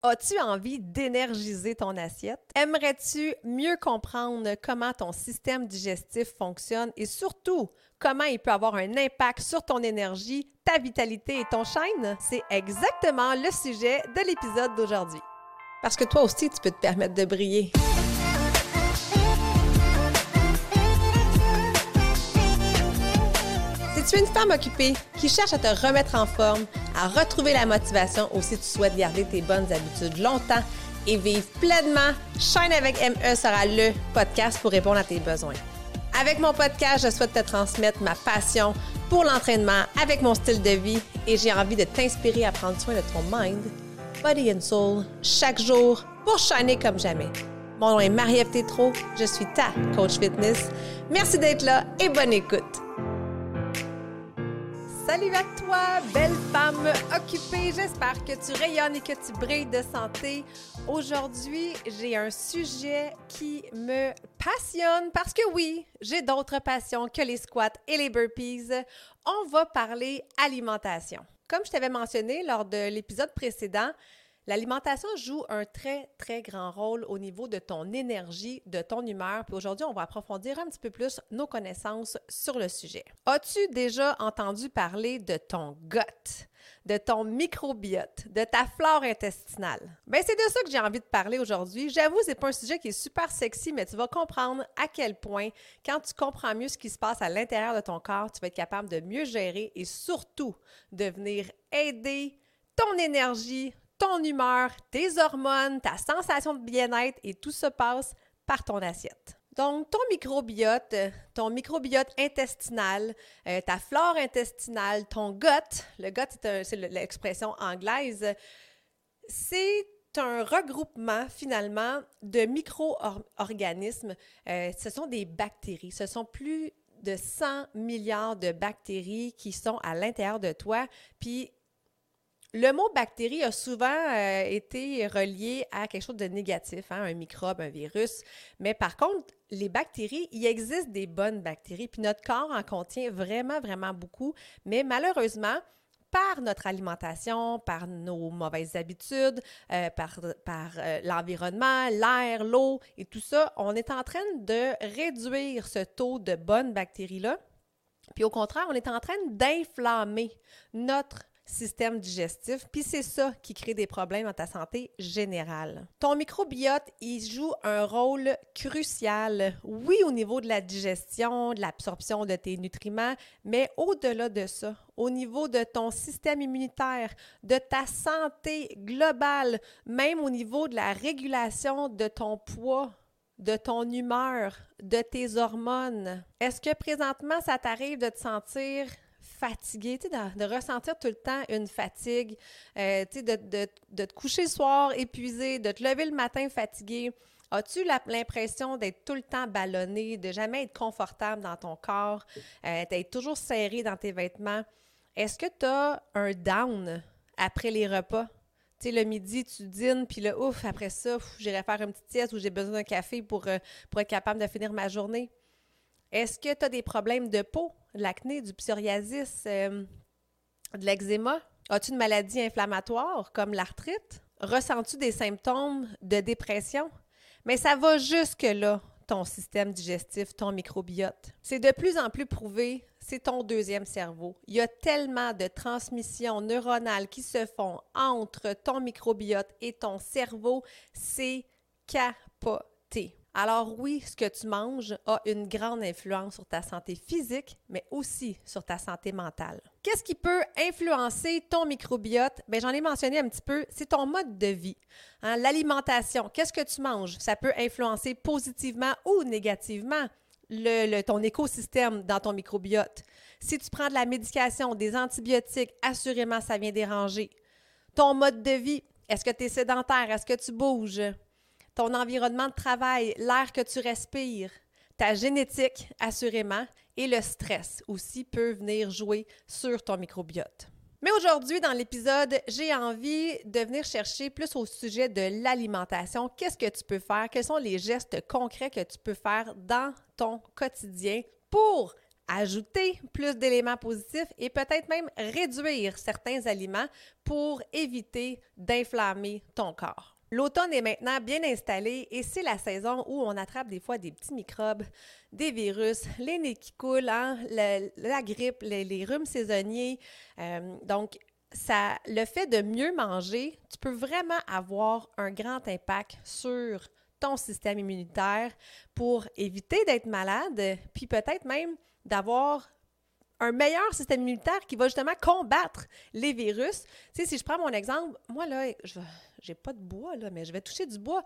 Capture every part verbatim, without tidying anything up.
As-tu envie d'énergiser ton assiette? Aimerais-tu mieux comprendre comment ton système digestif fonctionne et surtout comment il peut avoir un impact sur ton énergie, ta vitalité et ton shine? C'est exactement le sujet de l'épisode d'aujourd'hui. Parce que toi aussi, tu peux te permettre de briller. Si tu es une femme occupée qui cherche à te remettre en forme, à retrouver la motivation ou si tu souhaites garder tes bonnes habitudes longtemps et vivre pleinement, Shine avec M E sera le podcast pour répondre à tes besoins. Avec mon podcast, je souhaite te transmettre ma passion pour l'entraînement avec mon style de vie et j'ai envie de t'inspirer à prendre soin de ton mind, body and soul chaque jour pour shiner comme jamais. Mon nom est Marie-Ève Tétrault, je suis ta coach fitness. Merci d'être là et bonne écoute! Salut à toi, belle femme occupée! J'espère que tu rayonnes et que tu brilles de santé. Aujourd'hui, j'ai un sujet qui me passionne parce que oui, j'ai d'autres passions que les squats et les burpees. On va parler alimentation. Comme je t'avais mentionné lors de l'épisode précédent, l'alimentation joue un très, très grand rôle au niveau de ton énergie, de ton humeur. Puis aujourd'hui, on va approfondir un petit peu plus nos connaissances sur le sujet. As-tu déjà entendu parler de ton gut, de ton microbiote, de ta flore intestinale? Bien, c'est de ça que j'ai envie de parler aujourd'hui. J'avoue, c'est pas un sujet qui est super sexy, mais tu vas comprendre à quel point, quand tu comprends mieux ce qui se passe à l'intérieur de ton corps, tu vas être capable de mieux gérer et surtout de venir aider ton énergie, ton humeur, tes hormones, ta sensation de bien-être et tout se passe par ton assiette. Donc, ton microbiote, ton microbiote intestinal, euh, ta flore intestinale, ton gut, le gut, c'est, un, c'est l'expression anglaise, c'est un regroupement finalement de micro-organismes. Euh, ce sont des bactéries, ce sont plus de cent milliards de bactéries qui sont à l'intérieur de toi, puis le mot bactérie a souvent euh, été relié à quelque chose de négatif, hein, un microbe, un virus. Mais par contre, les bactéries, il existe des bonnes bactéries, puis notre corps en contient vraiment, vraiment beaucoup. Mais malheureusement, par notre alimentation, par nos mauvaises habitudes, euh, par, par euh, l'environnement, l'air, l'eau et tout ça, on est en train de réduire ce taux de bonnes bactéries-là. Puis au contraire, on est en train d'inflammer notre système digestif, puis c'est ça qui crée des problèmes dans ta santé générale. Ton microbiote, il joue un rôle crucial, oui, au niveau de la digestion, de l'absorption de tes nutriments, mais au-delà de ça, au niveau de ton système immunitaire, de ta santé globale, même au niveau de la régulation de ton poids, de ton humeur, de tes hormones. Est-ce que présentement, ça t'arrive de te sentir fatigué, tu sais, de, de ressentir tout le temps une fatigue, euh, tu sais, de, de, de te coucher le soir épuisé, de te lever le matin fatigué? As-tu la, l'impression d'être tout le temps ballonné, de jamais être confortable dans ton corps, euh, d'être toujours serré dans tes vêtements? Est-ce que tu as un down après les repas? Tu sais, le midi, tu dînes, puis là, ouf, après ça, ouf, j'irai faire une petite sieste ou j'ai besoin d'un café pour, euh, pour être capable de finir ma journée. Est-ce que tu as des problèmes de peau, de l'acné, du psoriasis, euh, de l'eczéma? As-tu une maladie inflammatoire comme l'arthrite? Ressens-tu des symptômes de dépression? Mais ça va jusque-là, ton système digestif, ton microbiote. C'est de plus en plus prouvé, c'est ton deuxième cerveau. Il y a tellement de transmissions neuronales qui se font entre ton microbiote et ton cerveau, c'est capoté. Alors oui, ce que tu manges a une grande influence sur ta santé physique, mais aussi sur ta santé mentale. Qu'est-ce qui peut influencer ton microbiote? Bien, j'en ai mentionné un petit peu, c'est ton mode de vie. Hein? L'alimentation, qu'est-ce que tu manges? Ça peut influencer positivement ou négativement le, le, ton écosystème dans ton microbiote. Si tu prends de la médication, des antibiotiques, assurément, ça vient déranger. Ton mode de vie, est-ce que tu es sédentaire? Est-ce que tu bouges? Ton environnement de travail, l'air que tu respires, ta génétique, assurément, et le stress aussi peut venir jouer sur ton microbiote. Mais aujourd'hui, dans l'épisode, j'ai envie de venir chercher plus au sujet de l'alimentation. Qu'est-ce que tu peux faire? Quels sont les gestes concrets que tu peux faire dans ton quotidien pour ajouter plus d'éléments positifs et peut-être même réduire certains aliments pour éviter d'inflammer ton corps. L'automne est maintenant bien installé et c'est la saison où on attrape des fois des petits microbes, des virus, les nez qui coulent, hein, la, la grippe, les, les rhumes saisonniers. Euh, donc, ça, le fait de mieux manger, tu peux vraiment avoir un grand impact sur ton système immunitaire pour éviter d'être malade, puis peut-être même d'avoir un meilleur système immunitaire qui va justement combattre les virus. Tu sais, si je prends mon exemple, moi, là, je j'ai pas de bois, là, mais je vais toucher du bois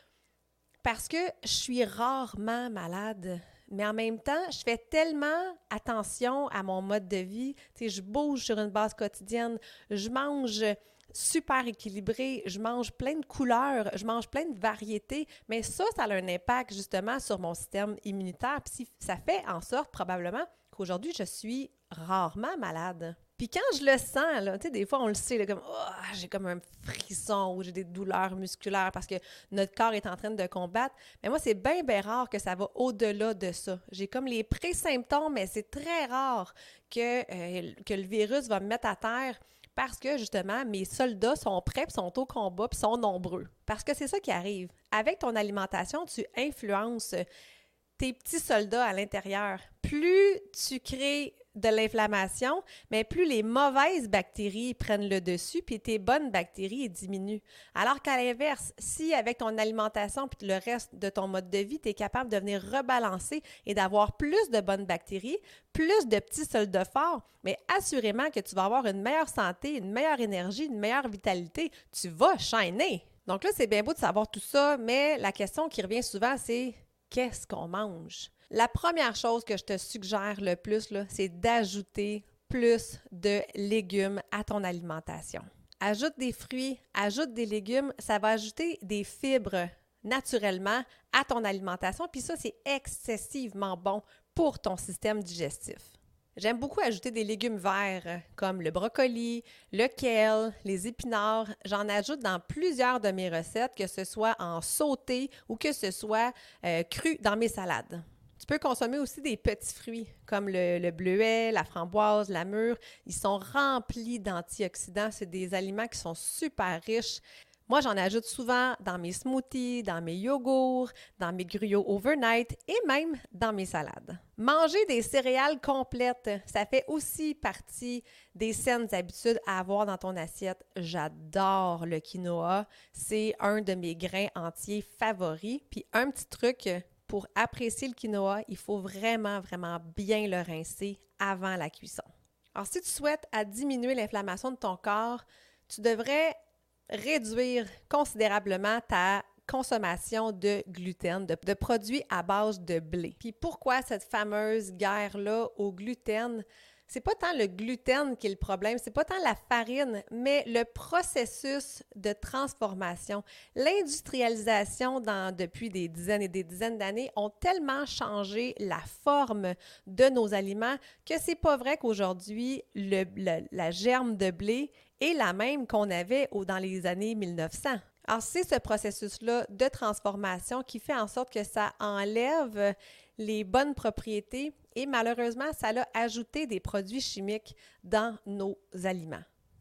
parce que je suis rarement malade. Mais en même temps, je fais tellement attention à mon mode de vie. Tu sais, je bouge sur une base quotidienne, je mange super équilibré, je mange plein de couleurs, je mange plein de variétés, mais ça, ça a un impact justement sur mon système immunitaire. Puis ça fait en sorte probablement qu'aujourd'hui, je suis rarement malade. Puis quand je le sens, là, tu sais, des fois, on le sait, là, comme oh, j'ai comme un frisson ou j'ai des douleurs musculaires parce que notre corps est en train de combattre. Mais moi, c'est bien, bien rare que ça va au-delà de ça. J'ai comme les pré-symptômes, mais c'est très rare que, euh, que le virus va me mettre à terre parce que, justement, mes soldats sont prêts, puis sont au combat, puis sont nombreux. Parce que c'est ça qui arrive. Avec ton alimentation, tu influences tes petits soldats à l'intérieur. Plus tu crées de l'inflammation, mais plus les mauvaises bactéries prennent le dessus, puis tes bonnes bactéries diminuent. Alors qu'à l'inverse, si avec ton alimentation puis le reste de ton mode de vie, tu es capable de venir rebalancer et d'avoir plus de bonnes bactéries, plus de petits soldats forts, mais assurément que tu vas avoir une meilleure santé, une meilleure énergie, une meilleure vitalité. Tu vas shiner. Donc là, c'est bien beau de savoir tout ça, mais la question qui revient souvent, c'est qu'est-ce qu'on mange? La première chose que je te suggère le plus, là, c'est d'ajouter plus de légumes à ton alimentation. Ajoute des fruits, ajoute des légumes, ça va ajouter des fibres naturellement à ton alimentation, puis ça, c'est excessivement bon pour ton système digestif. J'aime beaucoup ajouter des légumes verts comme le brocoli, le kale, les épinards. J'en ajoute dans plusieurs de mes recettes, que ce soit en sauté ou que ce soit euh, cru dans mes salades. Tu peux consommer aussi des petits fruits comme le, le bleuet, la framboise, la mûre. Ils sont remplis d'antioxydants. C'est des aliments qui sont super riches. Moi, j'en ajoute souvent dans mes smoothies, dans mes yogourts, dans mes gruyos overnight et même dans mes salades. Manger des céréales complètes, ça fait aussi partie des saines habitudes à avoir dans ton assiette. J'adore le quinoa. C'est un de mes grains entiers favoris. Puis un petit truc, pour apprécier le quinoa, il faut vraiment, vraiment bien le rincer avant la cuisson. Alors, si tu souhaites à diminuer l'inflammation de ton corps, tu devrais réduire considérablement ta consommation de gluten, de, de produits à base de blé. Puis pourquoi cette fameuse guerre-là au gluten? C'est pas tant le gluten qui est le problème, c'est pas tant la farine, mais le processus de transformation. L'industrialisation dans, depuis des dizaines et des dizaines d'années ont tellement changé la forme de nos aliments que c'est pas vrai qu'aujourd'hui, le, le, la germe de blé est la même qu'on avait au, dans les années mille neuf cents. Alors, c'est ce processus-là de transformation qui fait en sorte que ça enlève les bonnes propriétés et malheureusement, ça a ajouté des produits chimiques dans nos aliments.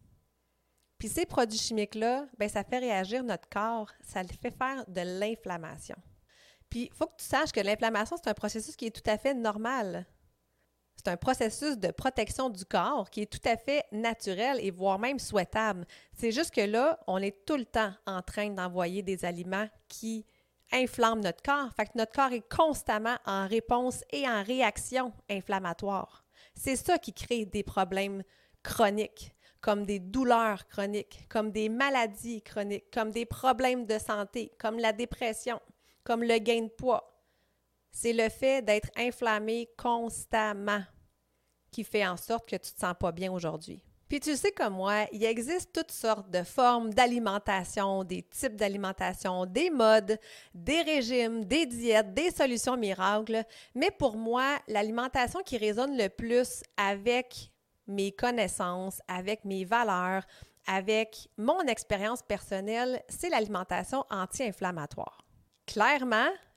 Puis ces produits chimiques-là, bien, ça fait réagir notre corps, ça le fait faire de l'inflammation. Puis, il faut que tu saches que l'inflammation, c'est un processus qui est tout à fait normal. C'est un processus de protection du corps qui est tout à fait naturel et voire même souhaitable. C'est juste que là, on est tout le temps en train d'envoyer des aliments qui inflamment notre corps. Fait que notre corps est constamment en réponse et en réaction inflammatoire. C'est ça qui crée des problèmes chroniques, comme des douleurs chroniques, comme des maladies chroniques, comme des problèmes de santé, comme la dépression, comme le gain de poids. C'est le fait d'être inflammé constamment qui fait en sorte que tu ne te sens pas bien aujourd'hui. Puis tu sais comme moi, il existe toutes sortes de formes d'alimentation, des types d'alimentation, des modes, des régimes, des diètes, des solutions miracles. Mais pour moi, l'alimentation qui résonne le plus avec mes connaissances, avec mes valeurs, avec mon expérience personnelle, c'est l'alimentation anti-inflammatoire. Clairement,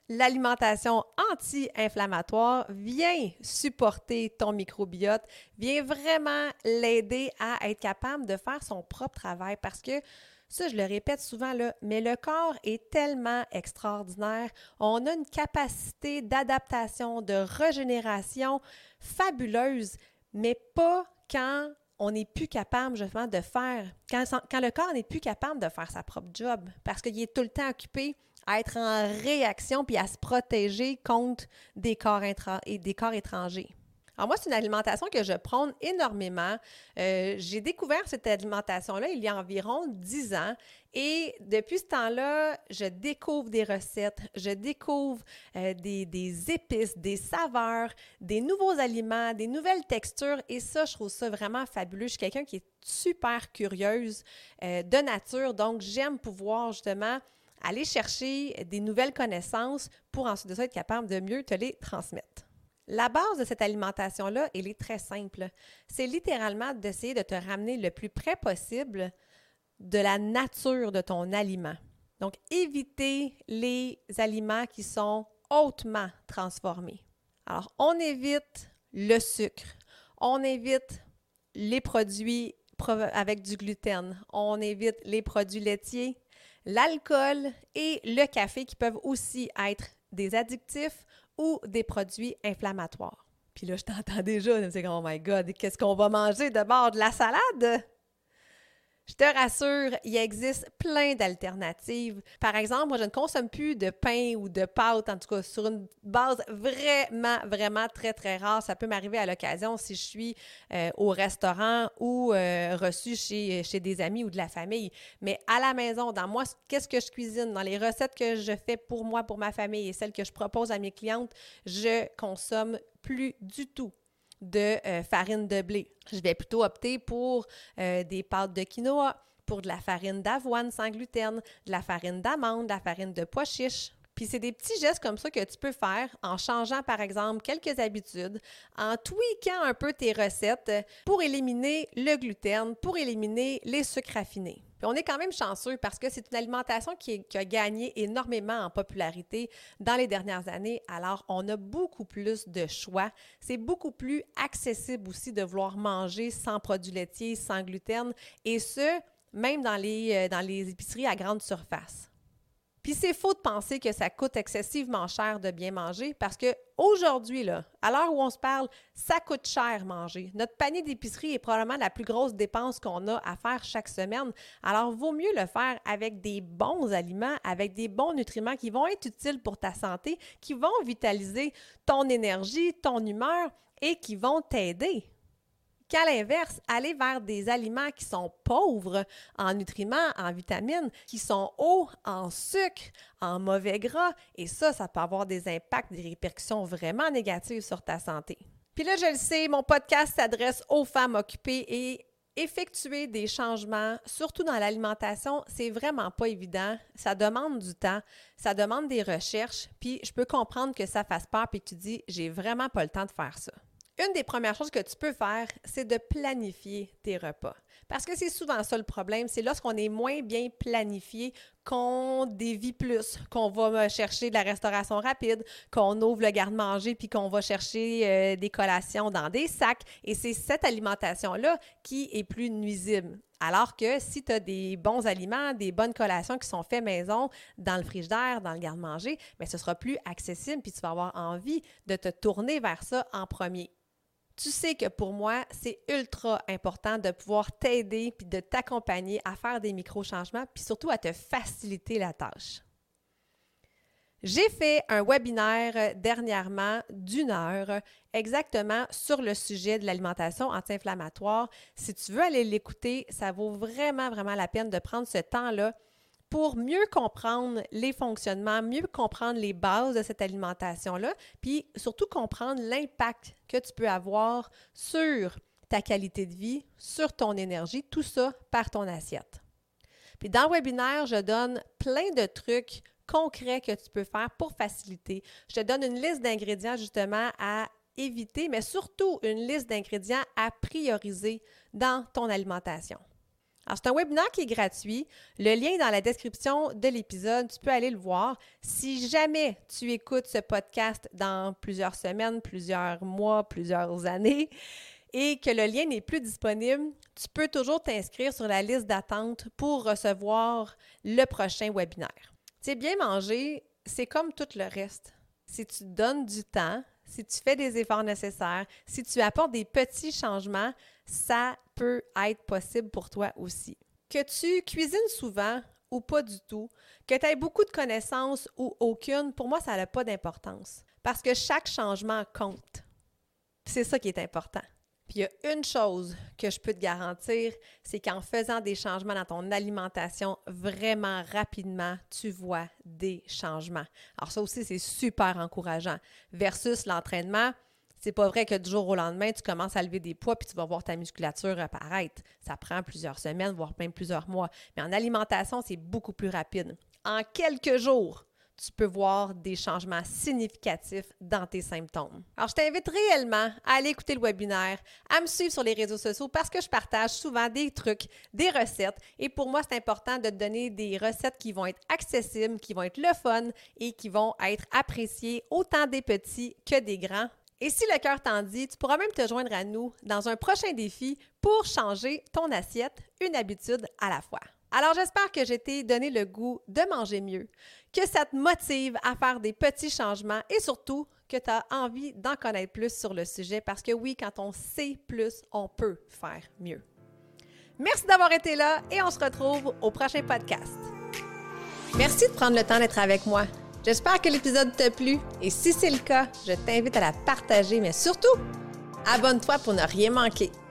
l'alimentation anti-inflammatoire vient supporter ton microbiote, vient vraiment l'aider à être capable de faire son propre travail parce que ça, je le répète souvent, là, mais le corps est tellement extraordinaire. On a une capacité d'adaptation, de régénération fabuleuse, mais pas quand on n'est plus capable justement de faire, quand, quand le corps n'est plus capable de faire sa propre job parce qu'il est tout le temps occupé à être en réaction puis à se protéger contre des corps, intra- et des corps étrangers. Alors moi, c'est une alimentation que je prône énormément. Euh, j'ai découvert cette alimentation-là il y a environ dix ans et depuis ce temps-là, je découvre des recettes, je découvre euh, des, des épices, des saveurs, des nouveaux aliments, des nouvelles textures et ça, je trouve ça vraiment fabuleux. Je suis quelqu'un qui est super curieuse euh, de nature, donc j'aime pouvoir justement aller chercher des nouvelles connaissances pour ensuite de ça être capable de mieux te les transmettre. La base de cette alimentation-là, elle est très simple. C'est littéralement d'essayer de te ramener le plus près possible de la nature de ton aliment. Donc, éviter les aliments qui sont hautement transformés. Alors, on évite le sucre, on évite les produits avec du gluten, on évite les produits laitiers, l'alcool et le café qui peuvent aussi être des addictifs ou des produits inflammatoires. Puis là, je t'entends déjà, je me dis « Oh my God, qu'est-ce qu'on va manger de bord? De la salade? » Je te rassure, il existe plein d'alternatives. Par exemple, moi, je ne consomme plus de pain ou de pâtes, en tout cas sur une base vraiment, vraiment très, très rare. Ça peut m'arriver à l'occasion si je suis euh, au restaurant ou euh, reçue chez, chez des amis ou de la famille. Mais à la maison, dans moi, qu'est-ce que je cuisine? Dans les recettes que je fais pour moi, pour ma famille et celles que je propose à mes clientes, je consomme plus du tout de euh, farine de blé. Je vais plutôt opter pour euh, des pâtes de quinoa, pour de la farine d'avoine sans gluten, de la farine d'amande, de la farine de pois chiches. Puis c'est des petits gestes comme ça que tu peux faire en changeant par exemple quelques habitudes, en tweakant un peu tes recettes pour éliminer le gluten, pour éliminer les sucres raffinés. Puis on est quand même chanceux parce que c'est une alimentation qui, est, qui a gagné énormément en popularité dans les dernières années. Alors, on a beaucoup plus de choix. C'est beaucoup plus accessible aussi de vouloir manger sans produits laitiers, sans gluten, et ce, même dans les, dans les épiceries à grande surface. Puis c'est faux de penser que ça coûte excessivement cher de bien manger parce qu'aujourd'hui, là, à l'heure où on se parle, ça coûte cher manger. Notre panier d'épicerie est probablement la plus grosse dépense qu'on a à faire chaque semaine. Alors, vaut mieux le faire avec des bons aliments, avec des bons nutriments qui vont être utiles pour ta santé, qui vont vitaliser ton énergie, ton humeur et qui vont t'aider. Qu'à l'inverse, aller vers des aliments qui sont pauvres en nutriments, en vitamines, qui sont hauts en sucre, en mauvais gras, et ça, ça peut avoir des impacts, des répercussions vraiment négatives sur ta santé. Puis là, je le sais, mon podcast s'adresse aux femmes occupées et effectuer des changements, surtout dans l'alimentation, c'est vraiment pas évident. Ça demande du temps, ça demande des recherches, puis je peux comprendre que ça fasse peur puis que tu dis « j'ai vraiment pas le temps de faire ça ». Une des premières choses que tu peux faire, c'est de planifier tes repas. Parce que c'est souvent ça le problème, c'est lorsqu'on est moins bien planifié qu'on dévie plus, qu'on va chercher de la restauration rapide, qu'on ouvre le garde-manger puis qu'on va chercher euh, des collations dans des sacs. Et c'est cette alimentation-là qui est plus nuisible. Alors que si tu as des bons aliments, des bonnes collations qui sont faites maison, dans le frigidaire, dans le garde-manger, bien, ce sera plus accessible puis tu vas avoir envie de te tourner vers ça en premier. Tu sais que pour moi, c'est ultra important de pouvoir t'aider puis de t'accompagner à faire des micro-changements puis surtout à te faciliter la tâche. J'ai fait un webinaire dernièrement d'une heure exactement sur le sujet de l'alimentation anti-inflammatoire. Si tu veux aller l'écouter, ça vaut vraiment, vraiment la peine de prendre ce temps-là pour mieux comprendre les fonctionnements, mieux comprendre les bases de cette alimentation-là, puis surtout comprendre l'impact que tu peux avoir sur ta qualité de vie, sur ton énergie, tout ça par ton assiette. Puis dans le webinaire, je donne plein de trucs concrets que tu peux faire pour faciliter. Je te donne une liste d'ingrédients justement à éviter, mais surtout une liste d'ingrédients à prioriser dans ton alimentation. Alors, c'est un webinaire qui est gratuit. Le lien est dans la description de l'épisode. Tu peux aller le voir. Si jamais tu écoutes ce podcast dans plusieurs semaines, plusieurs mois, plusieurs années et que le lien n'est plus disponible, tu peux toujours t'inscrire sur la liste d'attente pour recevoir le prochain webinaire. Tu sais, bien manger, c'est comme tout le reste. Si tu te donnes du temps, si tu fais des efforts nécessaires, si tu apportes des petits changements, ça peut être possible pour toi aussi. Que tu cuisines souvent ou pas du tout, que tu aies beaucoup de connaissances ou aucune, pour moi, ça n'a pas d'importance. Parce que chaque changement compte. C'est ça qui est important. Puis il y a une chose que je peux te garantir, c'est qu'en faisant des changements dans ton alimentation, vraiment rapidement, tu vois des changements. Alors ça aussi, c'est super encourageant. Versus l'entraînement, c'est pas vrai que du jour au lendemain, tu commences à lever des poids puis tu vas voir ta musculature apparaître. Ça prend plusieurs semaines, voire même plusieurs mois. Mais en alimentation, c'est beaucoup plus rapide. En quelques jours, tu peux voir des changements significatifs dans tes symptômes. Alors, je t'invite réellement à aller écouter le webinaire, à me suivre sur les réseaux sociaux parce que je partage souvent des trucs, des recettes. Et pour moi, c'est important de te donner des recettes qui vont être accessibles, qui vont être le fun et qui vont être appréciées autant des petits que des grands. Et si le cœur t'en dit, tu pourras même te joindre à nous dans un prochain défi pour changer ton assiette, une habitude à la fois. Alors, j'espère que je t'ai donné le goût de manger mieux, que ça te motive à faire des petits changements et surtout que tu as envie d'en connaître plus sur le sujet parce que oui, quand on sait plus, on peut faire mieux. Merci d'avoir été là et on se retrouve au prochain podcast. Merci de prendre le temps d'être avec moi. J'espère que l'épisode t'a plu et si c'est le cas, je t'invite à la partager, mais surtout, abonne-toi pour ne rien manquer.